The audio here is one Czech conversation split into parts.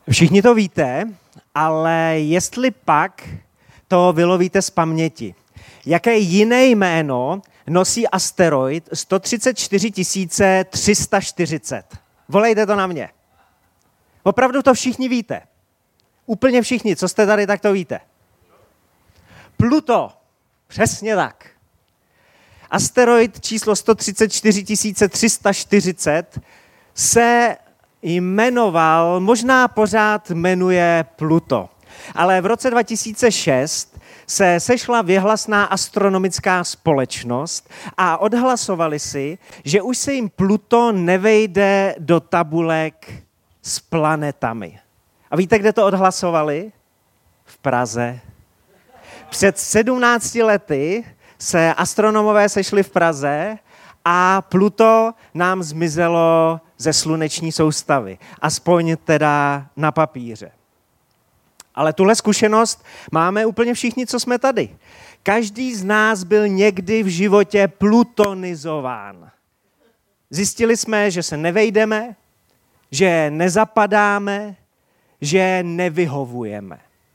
Všichni to víte, ale jestli pak to vylovíte z paměti. Jaké jiné jméno nosí asteroid 134 340? Volejte to na mě. Opravdu to všichni víte. Úplně všichni, co jste tady, tak to víte. Pluto. Přesně tak. Asteroid číslo 134 340 se jmenoval, možná pořád jmenuje Pluto. Ale v roce 2006 se sešla věhlasná astronomická společnost a odhlasovali si, že už se jim Pluto nevejde do tabulek s planetami. A víte, kde to odhlasovali? V Praze. Před 17 lety se astronomové sešli v Praze a Pluto nám zmizelo ze sluneční soustavy. Aspoň teda na papíře. Ale tuhle zkušenost máme úplně všichni, co jsme tady. Každý z nás byl někdy v životě plutonizován. Zjistili jsme, že se nevejdeme, že nezapadáme, že nevyhovujeme.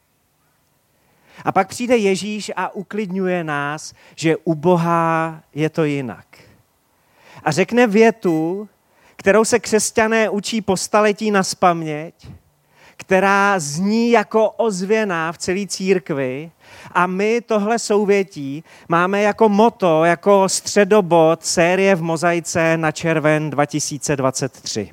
A pak přijde Ježíš a uklidňuje nás, že u Boha je to jinak. A řekne větu, kterou se křesťané učí po staletí nazpaměť, která zní jako ozvěna v celé církvi a my tohle souvětí máme jako motto, jako středobod série v Mozaice na červen 2023.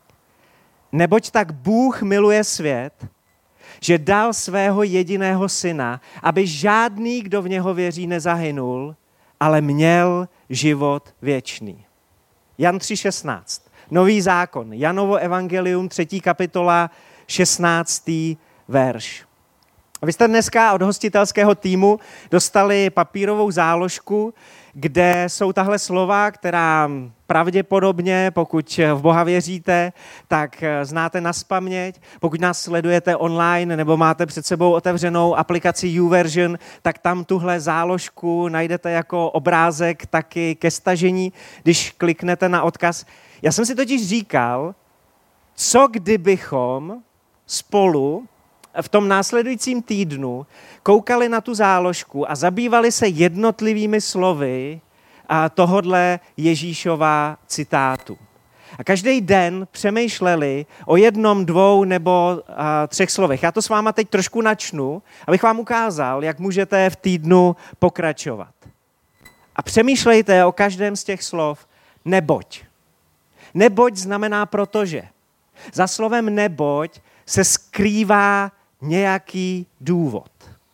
Neboť tak Bůh miluje svět, že dal svého jediného syna, aby žádný, kdo v něho věří, nezahynul, ale měl život věčný. Jan 3,16. Nový zákon. Janovo evangelium, 3. kapitola, 16. verš. Vy jste dneska od hostitelského týmu dostali papírovou záložku, kde jsou tahle slova, která pravděpodobně, pokud v Boha věříte, tak znáte nazpaměť. Pokud nás sledujete online nebo máte před sebou otevřenou aplikaci YouVersion, tak tam tuhle záložku najdete jako obrázek taky ke stažení, když kliknete na odkaz. Já jsem si totiž říkal, co kdybychom spolu v tom následujícím týdnu koukali na tu záložku a zabývali se jednotlivými slovy tohodle Ježíšova citátu. A každý den přemýšleli o jednom, 2 nebo 3 slovech. Já to s váma teď trošku načnu, abych vám ukázal, jak můžete v týdnu pokračovat. A přemýšlejte o každém z těch slov neboť. Neboť znamená protože. Za slovem neboť se skrývá nějaký důvod.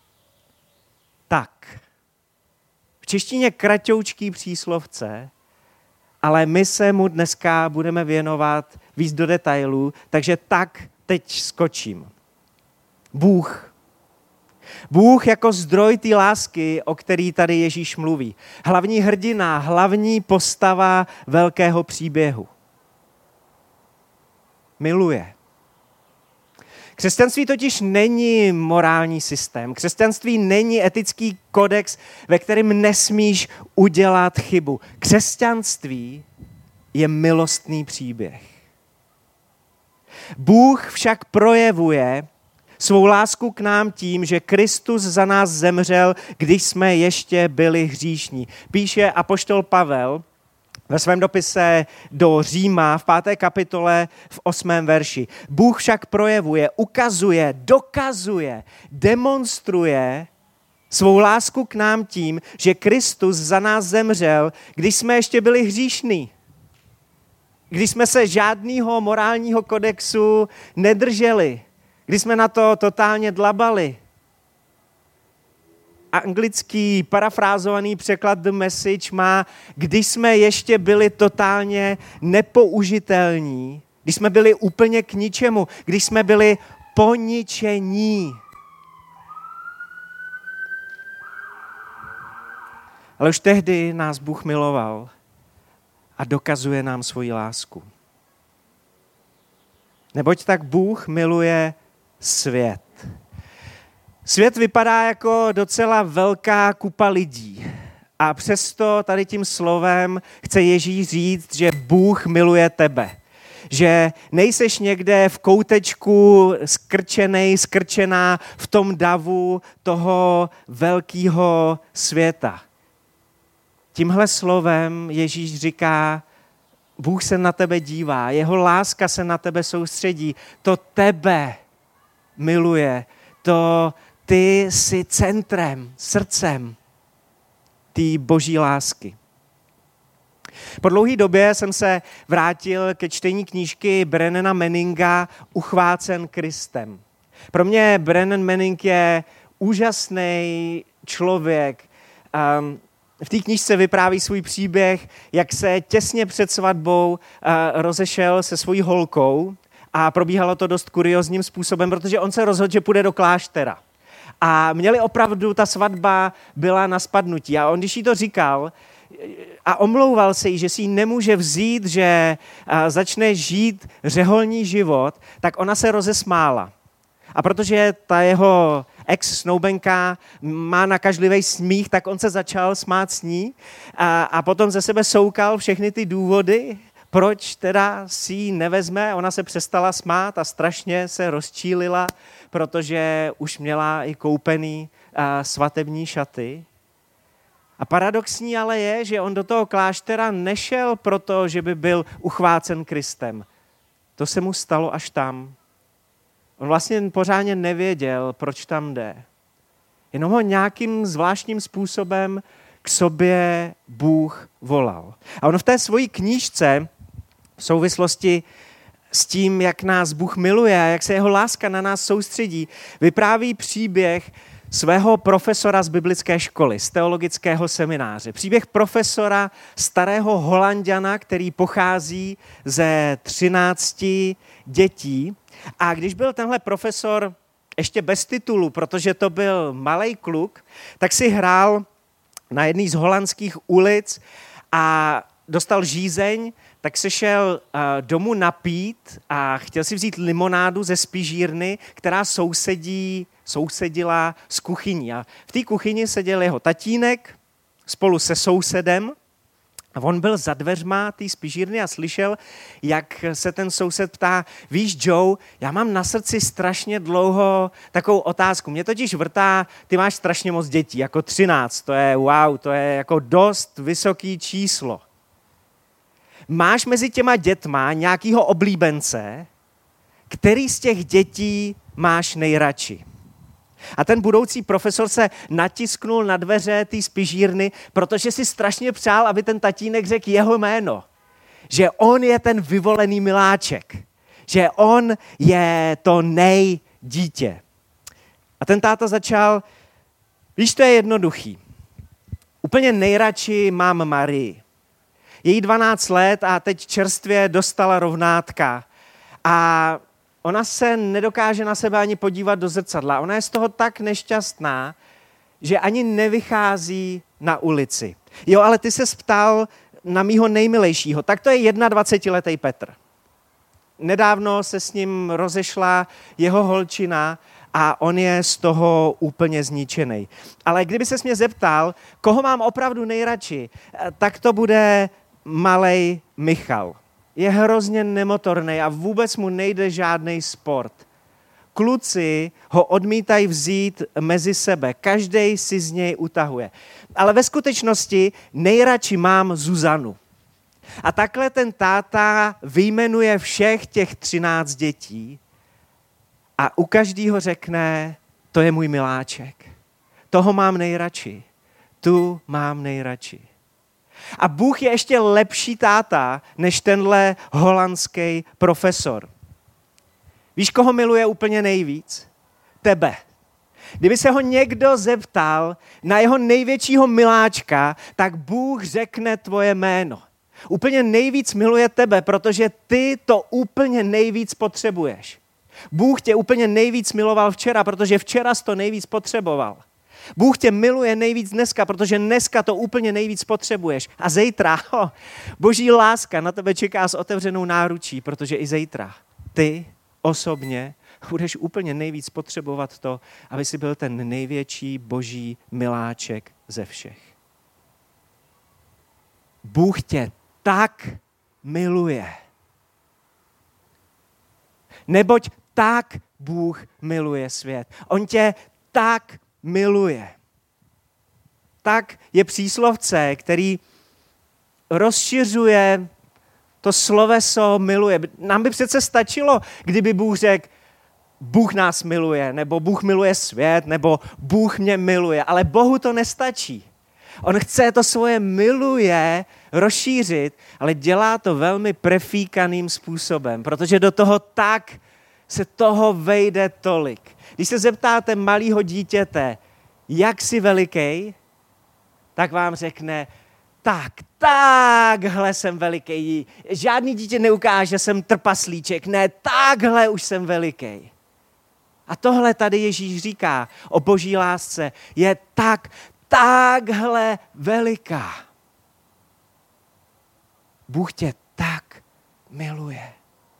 Tak. V češtině kratoučký příslovce, ale my se mu dneska budeme věnovat víc do detailů, takže tak teď skočím. Bůh. Bůh jako zdroj té lásky, o který tady Ježíš mluví. Hlavní hrdina, hlavní postava velkého příběhu. Miluje. Křesťanství totiž není morální systém. Křesťanství není etický kodex, ve kterém nesmíš udělat chybu. Křesťanství je milostný příběh. Bůh však projevuje svou lásku k nám tím, že Kristus za nás zemřel, když jsme ještě byli hříšní. Píše apoštol Pavel ve svém dopise do Říma v 5. kapitole v 8. verši. Bůh však projevuje, ukazuje, dokazuje, demonstruje svou lásku k nám tím, že Kristus za nás zemřel, když jsme ještě byli hříšní. Když jsme se žádného morálního kodexu nedrželi. Když jsme na to totálně dlabali. Anglický parafrázovaný překlad The Message má, když jsme ještě byli totálně nepoužitelní, když jsme byli úplně k ničemu, když jsme byli poničení. Ale už tehdy nás Bůh miloval a dokazuje nám svoji lásku. Neboť tak Bůh miluje svět. Svět vypadá jako docela velká kupa lidí. A přesto tady tím slovem chce Ježíš říct, že Bůh miluje tebe. Že nejseš někde v koutečku skrčená v tom davu toho velkého světa. Tímhle slovem Ježíš říká, Bůh se na tebe dívá, jeho láska se na tebe soustředí, to tebe miluje, to ty jsi centrem, srdcem té boží lásky. Po dlouhé době jsem se vrátil ke čtení knížky Brennana Manninga Uchvácen Kristem. Pro mě Brennan Manning je úžasný člověk. V té knížce vypráví svůj příběh, jak se těsně před svatbou rozešel se svojí holkou a probíhalo to dost kuriózním způsobem, protože on se rozhodl, že půjde do kláštera. A měli opravdu, ta svatba byla na spadnutí. A on, když jí to říkal a omlouval se jí, že si ji nemůže vzít, že začne žít řeholní život, tak ona se rozesmála. A protože ta jeho ex-snoubenka má nakažlivý smích, tak on se začal smát s ní a potom ze sebe soukal všechny ty důvody, proč teda si ji nevezme. Ona se přestala smát a strašně se rozčílila, protože už měla i koupený svatební šaty. A paradoxní ale je, že on do toho kláštera nešel proto, že by byl uchvácen Kristem. To se mu stalo až tam. On vlastně pořádně nevěděl, proč tam jde. Jenom ho nějakým zvláštním způsobem k sobě Bůh volal. A on v té svojí knížce v souvislosti s tím, jak nás Bůh miluje a jak se jeho láska na nás soustředí, vypráví příběh svého profesora z biblické školy, z teologického semináře. Příběh profesora, starého Holanďana, který pochází ze 13 dětí. A když byl tenhle profesor ještě bez titulu, protože to byl malej kluk, tak si hrál na jedné z holandských ulic a dostal žízeň, tak se šel domů napít a chtěl si vzít limonádu ze spižírny, která sousedila s kuchyní. A v té kuchyni seděl jeho tatínek spolu se sousedem a on byl za dveřma té spižírny a slyšel, jak se ten soused ptá, víš Joe, já mám na srdci strašně dlouho takovou otázku. Mě totiž vrtá, ty máš strašně moc dětí, jako 13, to je wow, to je jako dost vysoký číslo. Máš mezi těma dětma nějakýho oblíbence, který z těch dětí máš nejradši? A ten budoucí profesor se natisknul na dveře té spižírny, protože si strašně přál, aby ten tatínek řekl jeho jméno. Že on je ten vyvolený miláček. Že on je to nejdítě. A ten táta začal, víš, to je jednoduchý. Úplně nejradši mám Marii. Je jí 12 let a teď čerstvě dostala rovnátka. A ona se nedokáže na sebe ani podívat do zrcadla. Ona je z toho tak nešťastná, že ani nevychází na ulici. Jo, ale ty se ptal na mýho nejmilejšího. Tak to je 21letý Petr. Nedávno se s ním rozešla jeho holčina a on je z toho úplně zničený. Ale kdyby ses mě zeptal, koho mám opravdu nejradši, tak to bude malej Michal. Je hrozně nemotorný a vůbec mu nejde žádný sport. Kluci ho odmítají vzít mezi sebe, každej si z něj utahuje. Ale ve skutečnosti nejradši mám Zuzanu. A takhle ten táta vyjmenuje všech těch 13 dětí a u každého řekne, to je můj miláček. Toho mám nejradši. Tu mám nejradši. A Bůh je ještě lepší táta, než tenhle holandský profesor. Víš, koho miluje úplně nejvíc? Tebe. Kdyby se ho někdo zeptal na jeho největšího miláčka, tak Bůh řekne tvoje jméno. Úplně nejvíc miluje tebe, protože ty to úplně nejvíc potřebuješ. Bůh tě úplně nejvíc miloval včera, protože včera jsi to nejvíc potřeboval. Bůh tě miluje nejvíc dneska, protože dneska to úplně nejvíc potřebuješ. A zítra, boží láska na tebe čeká s otevřenou náručí, protože i zítra ty osobně budeš úplně nejvíc potřebovat to, aby jsi byl ten největší boží miláček ze všech. Bůh tě tak miluje, Neboť tak Bůh miluje svět. On tě tak miluje. Tak je příslovce, který rozšiřuje to sloveso miluje. Nám by přece stačilo, kdyby Bůh řekl, Bůh nás miluje, nebo Bůh miluje svět, nebo Bůh mě miluje. Ale Bohu to nestačí. On chce to svoje miluje rozšířit, ale dělá to velmi prefíkaným způsobem, protože do toho tak se toho vejde tolik. Když se zeptáte malého dítěte, jak jsi veliký, tak vám řekne, takhle jsem veliký. Žádný dítě neukáže, jsem trpaslíček. Ne, takhle už jsem veliký. A tohle tady Ježíš říká o boží lásce. Je takhle veliká. Bůh tě tak miluje.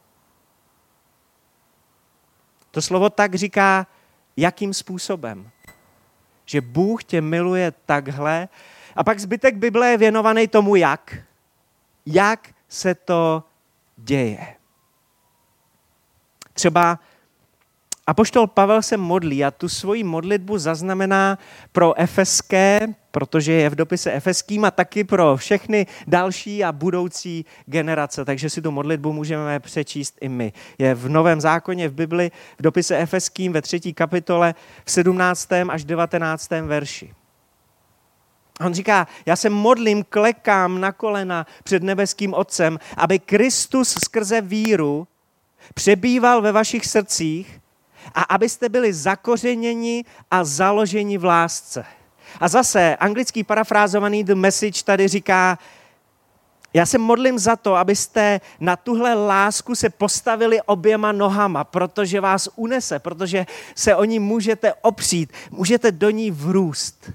To slovo tak říká, jakým způsobem. Že Bůh tě miluje takhle. A pak zbytek Bible je věnovaný tomu, jak se to děje. Třeba apoštol Pavel se modlí a tu svoji modlitbu zaznamená pro Efeské, protože je v dopise Efeským a taky pro všechny další a budoucí generace. Takže si tu modlitbu můžeme přečíst i my. Je v Novém zákoně v Bibli v dopise Efeským ve 3. kapitole v 17. až 19. verši. On říká, já se modlím, klekám na kolena před nebeským Otcem, aby Kristus skrze víru přebýval ve vašich srdcích a abyste byli zakořeněni a založeni v lásce. A zase anglický parafrázovaný The Message tady říká, já se modlím za to, abyste na tuhle lásku se postavili oběma nohama, protože vás unese, protože se o ní můžete opřít, můžete do ní vrůst.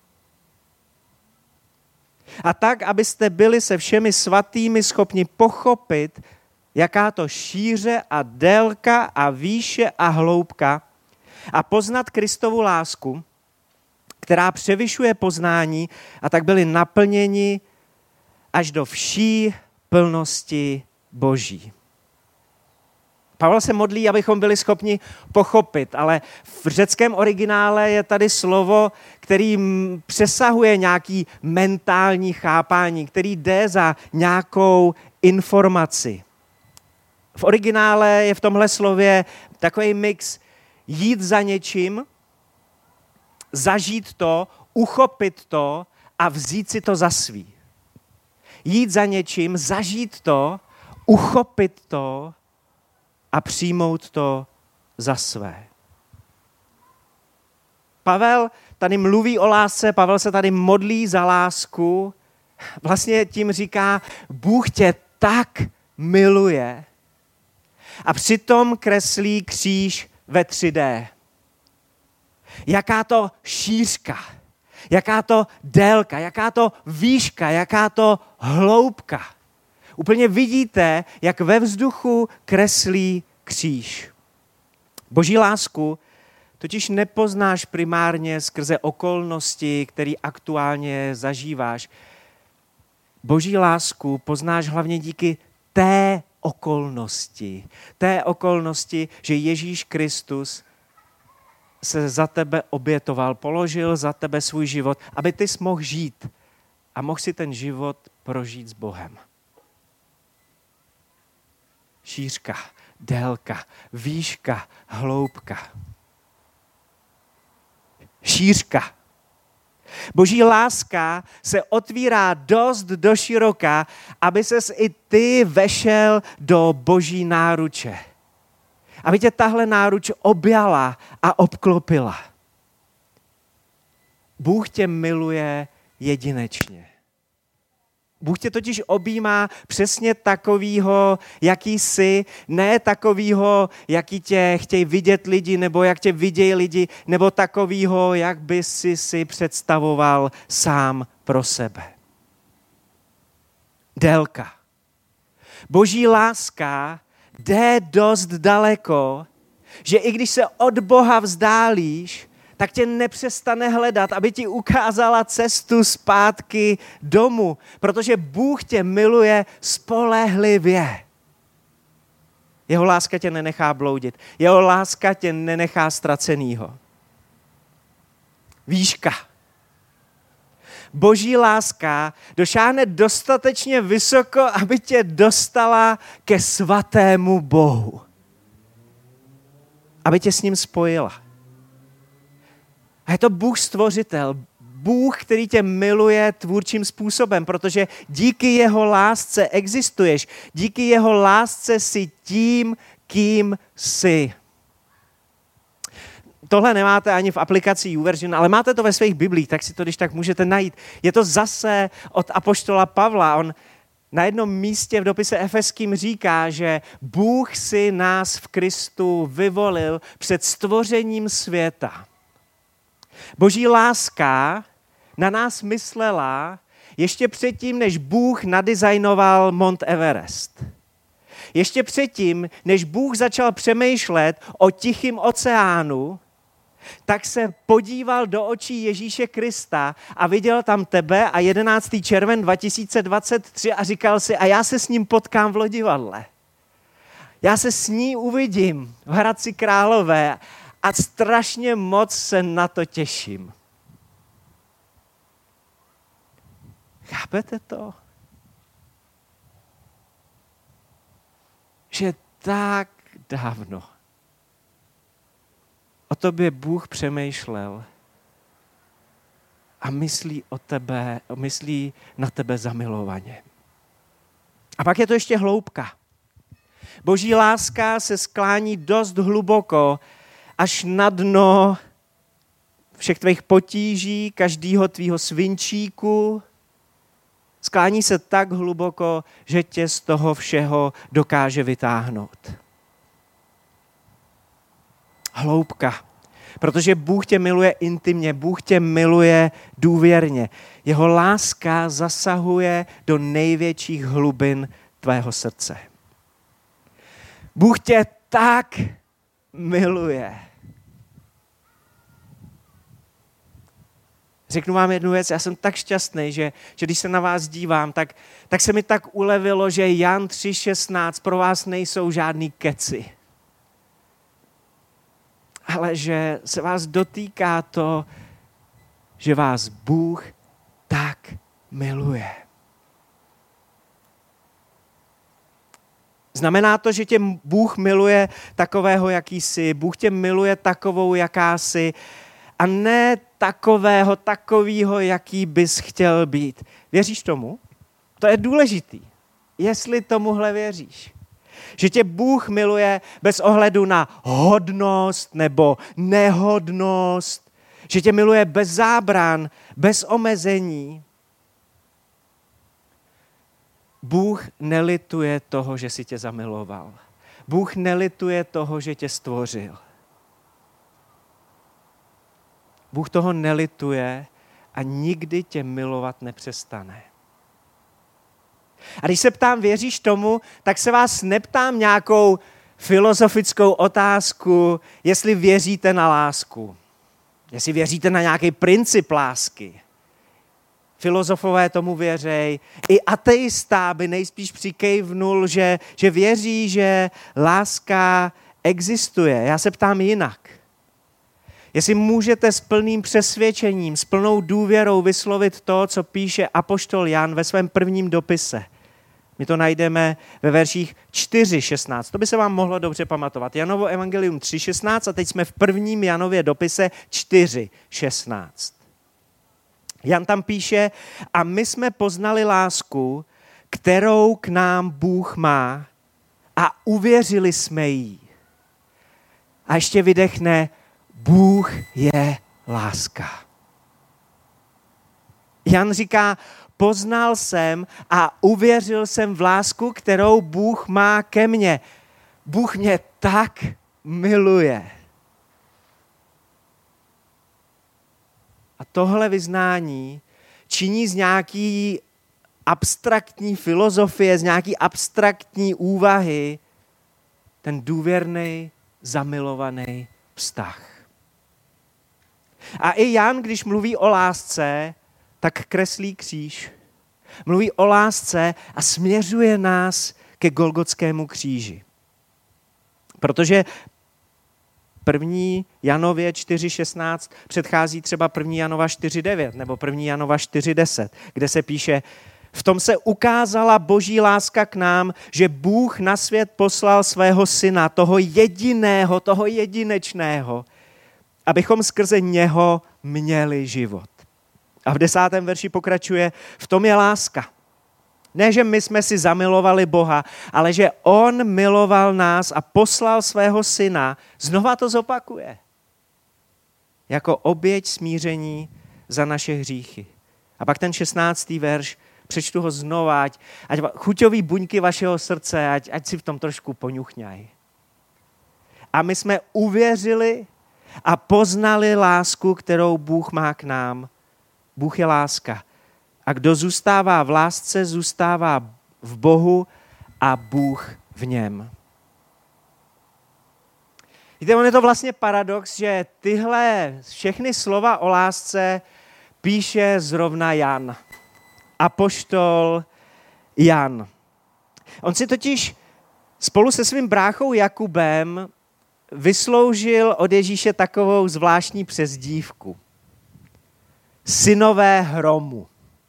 A tak, abyste byli se všemi svatými schopni pochopit, jaká to šíře a délka a výše a hloubka a poznat Kristovu lásku, která převyšuje poznání a tak byli naplněni až do vší plnosti Boží. Pavel se modlí, abychom byli schopni pochopit, ale v řeckém originále je tady slovo, který přesahuje nějaký mentální chápání, který jde za nějakou informaci. V originále je v tomhle slově takový mix jít za něčím, zažít to, uchopit to a vzít si to za svý. Jít za něčím, zažít to, uchopit to a přijmout to za své. Pavel tady mluví o lásce, Pavel se tady modlí za lásku. Vlastně tím říká, Bůh tě tak miluje a přitom kreslí kříž ve 3D. Jaká to šířka, jaká to délka, jaká to výška, jaká to hloubka. Úplně vidíte, jak ve vzduchu kreslí kříž. Boží lásku totiž nepoznáš primárně skrze okolnosti, které aktuálně zažíváš. Boží lásku poznáš hlavně díky té okolnosti, že Ježíš Kristus se za tebe obětoval, položil za tebe svůj život, aby ty jsi mohl žít a mohl si ten život prožít s Bohem. Šířka, délka, výška, hloubka. Šířka. Boží láska se otvírá dost do široka, aby ses i ty vešel do Boží náruče. Aby tě tahle náruč objala a obklopila. Bůh tě miluje jedinečně. Bůh tě totiž objímá přesně takovýho, jaký jsi, ne takovýho, jaký tě chtějí vidět lidi, nebo jak tě vidějí lidi, nebo takovýho, jak by si představoval sám pro sebe. Délka. Boží láska jde dost daleko, že i když se od Boha vzdálíš, tak tě nepřestane hledat, aby ti ukázala cestu zpátky domů, protože Bůh tě miluje spolehlivě. Jeho láska tě nenechá bloudit. Jeho láska tě nenechá ztracenýho. Výška. Boží láska došáhne dostatečně vysoko, aby tě dostala ke svatému Bohu. Aby tě s ním spojila. A je to Bůh stvořitel, Bůh, který tě miluje tvůrčím způsobem, protože díky jeho lásce existuješ, díky jeho lásce jsi tím, kým jsi. Tohle nemáte ani v aplikaci YouVersion, ale máte to ve svých biblích, tak si to když tak můžete najít. Je to zase od apoštola Pavla. On na jednom místě v dopise Efeským říká, že Bůh si nás v Kristu vyvolil před stvořením světa. Boží láska na nás myslela ještě předtím, než Bůh nadizajnoval Mount Everest. Ještě předtím, než Bůh začal přemýšlet o Tichém oceánu, tak se podíval do očí Ježíše Krista a viděl tam tebe a 11. červen 2023 a říkal si, a já se s ním potkám v Lodivadle. Já se s ní uvidím v Hradci Králové a strašně moc se na to těším. Chápete to? Že tak dávno o tobě Bůh přemýšlel a myslí na tebe zamilovaně. A pak je to ještě hloubka. Boží láska se sklání dost hluboko, až na dno všech tvých potíží, každého tvýho svinčíku. Sklání se tak hluboko, že tě z toho všeho dokáže vytáhnout. Hloubka. Protože Bůh tě miluje intimně, Bůh tě miluje důvěrně. Jeho láska zasahuje do největších hlubin tvého srdce. Bůh tě tak miluje. Řeknu vám jednu věc, já jsem tak šťastný, že když se na vás dívám, tak se mi tak ulevilo, že Jan 3.16 pro vás nejsou žádný keci. Ale že se vás dotýká to, že vás Bůh tak miluje. Znamená to, že tě Bůh miluje takového, jaký jsi. Bůh tě miluje takovou, jaká jsi. A ne takovýho, jaký bys chtěl být. Věříš tomu? To je důležitý. Jestli tomuhle věříš. Že tě Bůh miluje bez ohledu na hodnost nebo nehodnost. Že tě miluje bez zábran, bez omezení. Bůh nelituje toho, že si tě zamiloval. Bůh nelituje toho, že tě stvořil. Bůh toho nelituje a nikdy tě milovat nepřestane. A když se ptám, věříš tomu, tak se vás neptám nějakou filozofickou otázku, jestli věříte na lásku. Jestli věříte na nějaký princip lásky. Filozofové tomu věří. I ateista by nejspíš přikejvnul, že věří, že láska existuje. Já se ptám jinak. Jestli můžete s plným přesvědčením, s plnou důvěrou vyslovit to, co píše apoštol Jan ve svém prvním dopise. My to najdeme ve verších 4.16. To by se vám mohlo dobře pamatovat. Janovo evangelium 3.16 a teď jsme v prvním Janově dopise 4.16. Jan tam píše, a my jsme poznali lásku, kterou k nám Bůh má a uvěřili jsme jí. A ještě vydechne, Bůh je láska. Jan říká, poznal jsem a uvěřil jsem v lásku, kterou Bůh má ke mně. Bůh mě tak miluje. A tohle vyznání činí z nějaký abstraktní filozofie, z nějaký abstraktní úvahy ten důvěrný, zamilovaný vztah. A i Jan, když mluví o lásce, tak kreslí kříž. Mluví o lásce a směřuje nás ke Golgotskému kříži. Protože 1. Janově 4.16 předchází třeba 1. Janova 4.9 nebo 1. Janova 4.10, kde se píše: v tom se ukázala boží láska k nám, že Bůh na svět poslal svého syna, toho jediného, toho jedinečného, abychom skrze něho měli život. A v 10. verši pokračuje: v tom je láska. Ne, že my jsme si zamilovali Boha, ale že on miloval nás a poslal svého syna, znova to zopakuje, jako oběť smíření za naše hříchy. A pak ten 16. verš, přečtu ho znova, ať chuťový buňky vašeho srdce, ať si v tom trošku poňuchňají. A my jsme uvěřili a poznali lásku, kterou Bůh má k nám. Bůh je láska. A kdo zůstává v lásce, zůstává v Bohu a Bůh v něm. Víte, on je to vlastně paradox, že tyhle všechny slova o lásce píše zrovna Jan. Apoštol Jan. On si totiž spolu se svým bráchou Jakubem vysloužil od Ježíše takovou zvláštní přezdívku. Synové hromu.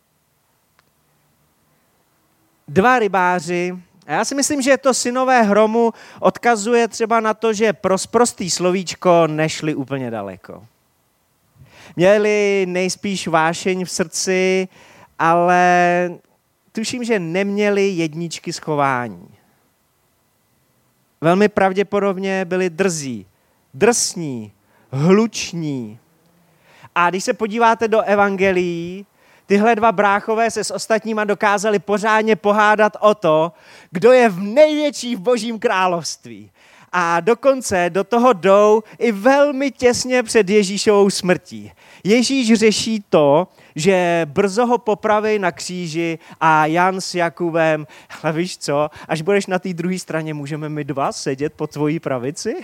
2 rybáři, a já si myslím, že to synové hromu odkazuje třeba na to, že pro sprostý slovíčko nešli úplně daleko. Měli nejspíš vášeň v srdci, ale tuším, že neměli jedničky schování. Velmi pravděpodobně byli drzí, drsní, hluční. A když se podíváte do evangelií, tyhle 2 bráchové se s ostatníma dokázali pořádně pohádat o to, kdo je největší v Božím království. A dokonce do toho jdou i velmi těsně před Ježíšovou smrtí. Ježíš řeší to, že brzo ho popraví na kříži a Jan s Jakubem, ale víš co, až budeš na té druhé straně, můžeme my 2 sedět po tvojí pravici?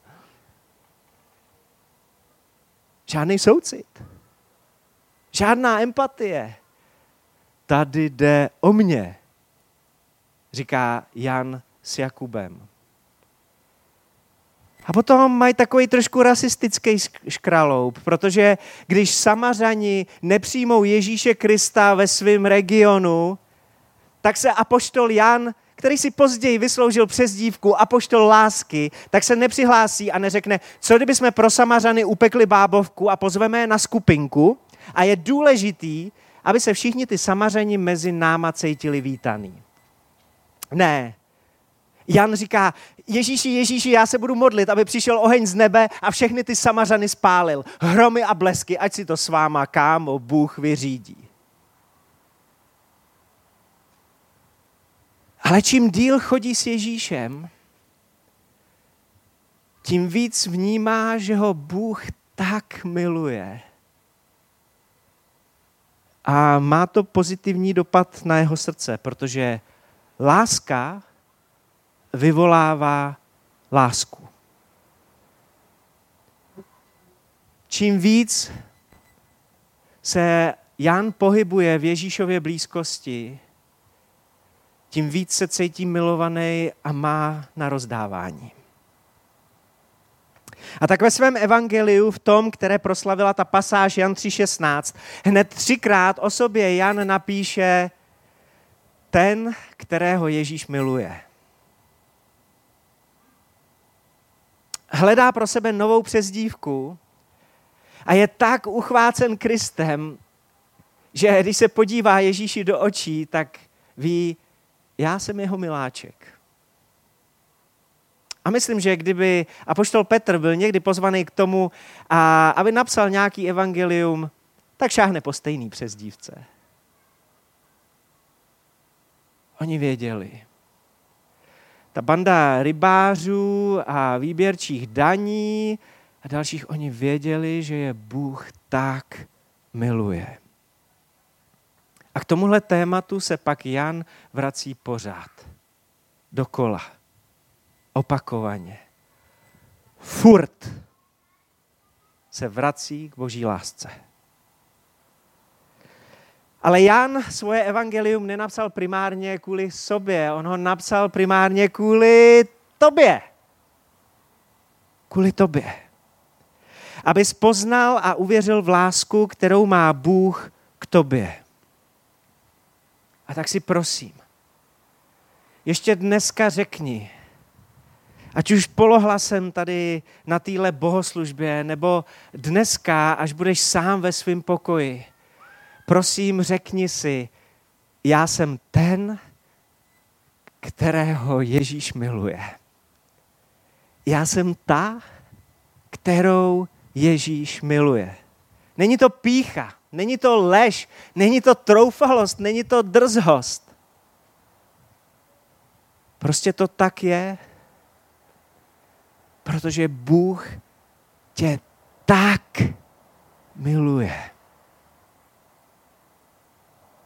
Žádný soucit. Žádná empatie. Tady jde o mě, říká Jan s Jakubem. A potom mají takový trošku rasistický škraloup, protože když Samařani nepřijmou Ježíše Krista ve svém regionu, tak se apoštol Jan, který si později vysloužil přezdívku apoštol lásky, tak se nepřihlásí a neřekne, co kdyby jsme pro Samařany upekli bábovku a pozveme je na skupinku a je důležitý, aby se všichni ty Samařani mezi náma cítili vítaný. Ne. Jan říká, Ježíši, já se budu modlit, aby přišel oheň z nebe a všechny ty Samařany spálil. Hromy a blesky, ať si to s váma, kámo, Bůh vyřídí. Ale čím díl chodí s Ježíšem, tím víc vnímá, že ho Bůh tak miluje. A má to pozitivní dopad na jeho srdce, protože láska vyvolává lásku. Čím víc se Jan pohybuje v Ježíšově blízkosti, tím víc se cítí milovaný a má na rozdávání. A tak ve svém evangeliu, v tom, které proslavila ta pasáž Jan 3.16, hned 3krát o sobě Jan napíše ten, kterého Ježíš miluje. Hledá pro sebe novou přezdívku a je tak uchvácen Kristem, že když se podívá Ježíši do očí, tak ví, já jsem jeho miláček. A myslím, že kdyby apoštol Petr byl někdy pozvaný k tomu, aby napsal nějaký evangelium, tak šáhne po stejný přezdívce. Oni věděli. Ta banda rybářů a výběrčích daní a dalších, oni věděli, že je Bůh tak miluje. A k tomuhle tématu se pak Jan vrací pořád. Dokola. Opakovaně. Furt se vrací k Boží lásce. Ale Jan svoje evangelium nenapsal primárně kvůli sobě, on ho napsal primárně kvůli tobě. kvůli tobě. Abys poznal a uvěřil v lásku, kterou má Bůh k tobě. A tak si prosím, ještě dneska řekni, ať už polohlasem tady na téhle bohoslužbě, nebo dneska, až budeš sám ve svém pokoji, prosím, řekni si, já jsem ten, kterého Ježíš miluje. Já jsem ta, kterou Ježíš miluje. Není to pýcha, není to lež, není to troufalost, není to drzhost. Prostě to tak je, protože Bůh tě tak miluje.